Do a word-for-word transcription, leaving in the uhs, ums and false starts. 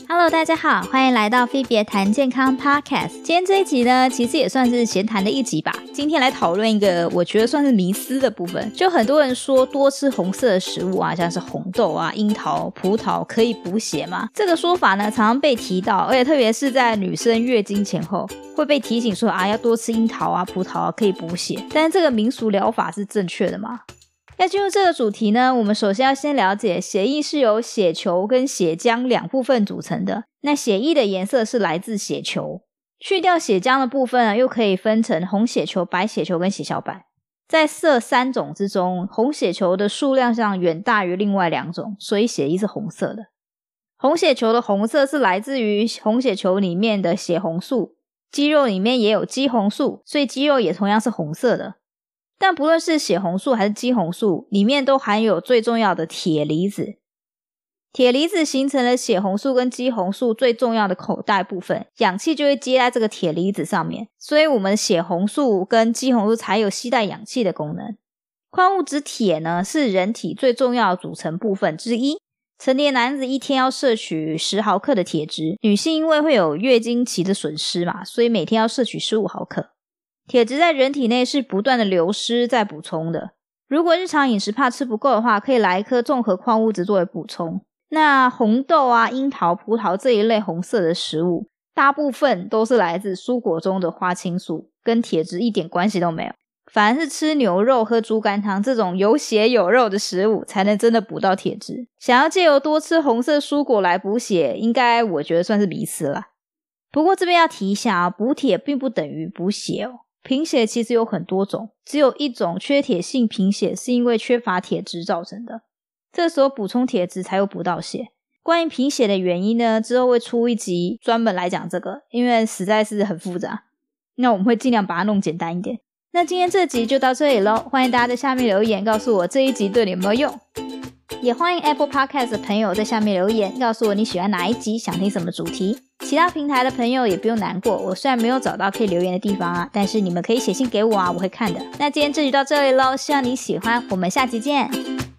Hello， 大家好，欢迎来到菲比谈健康 Podcast。今天这一集呢，其实也算是闲谈的一集吧。今天来讨论一个我觉得算是迷思的部分，就很多人说多吃红色的食物啊，像是红豆啊、樱桃、葡萄可以补血嘛。这个说法呢，常常被提到，而且特别是在女生月经前后，会被提醒说啊，要多吃樱桃啊、葡萄啊，可以补血。但是这个民俗疗法是正确的吗？要进入这个主题呢，我们首先要先了解血液是由血球跟血浆两部分组成的。那血液的颜色是来自血球，去掉血浆的部分呢，又可以分成红血球、白血球跟血小板。在这三种之中，红血球的数量上远大于另外两种，所以血液是红色的。红血球的红色是来自于红血球里面的血红素，肌肉里面也有肌红素，所以肌肉也同样是红色的。但不论是血红素还是肌红素，里面都含有最重要的铁离子。铁离子形成了血红素跟肌红素最重要的口袋部分，氧气就会接在这个铁离子上面，所以我们的血红素跟肌红素才有携带氧气的功能。矿物质铁呢，是人体最重要的组成部分之一。成年男子一天要摄取十毫克的铁质，女性因为会有月经期的损失嘛，所以每天要摄取十五毫克。铁质在人体内是不断的流失再补充的，如果日常饮食怕吃不够的话，可以来一颗综合矿物质作为补充。那红豆啊、樱桃、葡萄这一类红色的食物，大部分都是来自蔬果中的花青素，跟铁质一点关系都没有。反而是吃牛肉、喝猪肝汤这种有血有肉的食物，才能真的补到铁质。想要借由多吃红色蔬果来补血，应该我觉得算是迷思啦。不过这边要提一下啊，补铁并不等于补血哦。贫血其实有很多种，只有一种缺铁性贫血是因为缺乏铁质造成的，这时候补充铁质才有补到血。关于贫血的原因呢，之后会出一集专门来讲这个，因为实在是很复杂，那我们会尽量把它弄简单一点。那今天这集就到这里咯，欢迎大家在下面留言告诉我这一集对你有没有用，也欢迎 Apple Podcast 的朋友在下面留言告诉我你喜欢哪一集，想听什么主题。其他平台的朋友也不用难过，我虽然没有找到可以留言的地方啊，但是你们可以写信给我啊，我会看的。那今天这集到这里咯，希望你喜欢，我们下集见。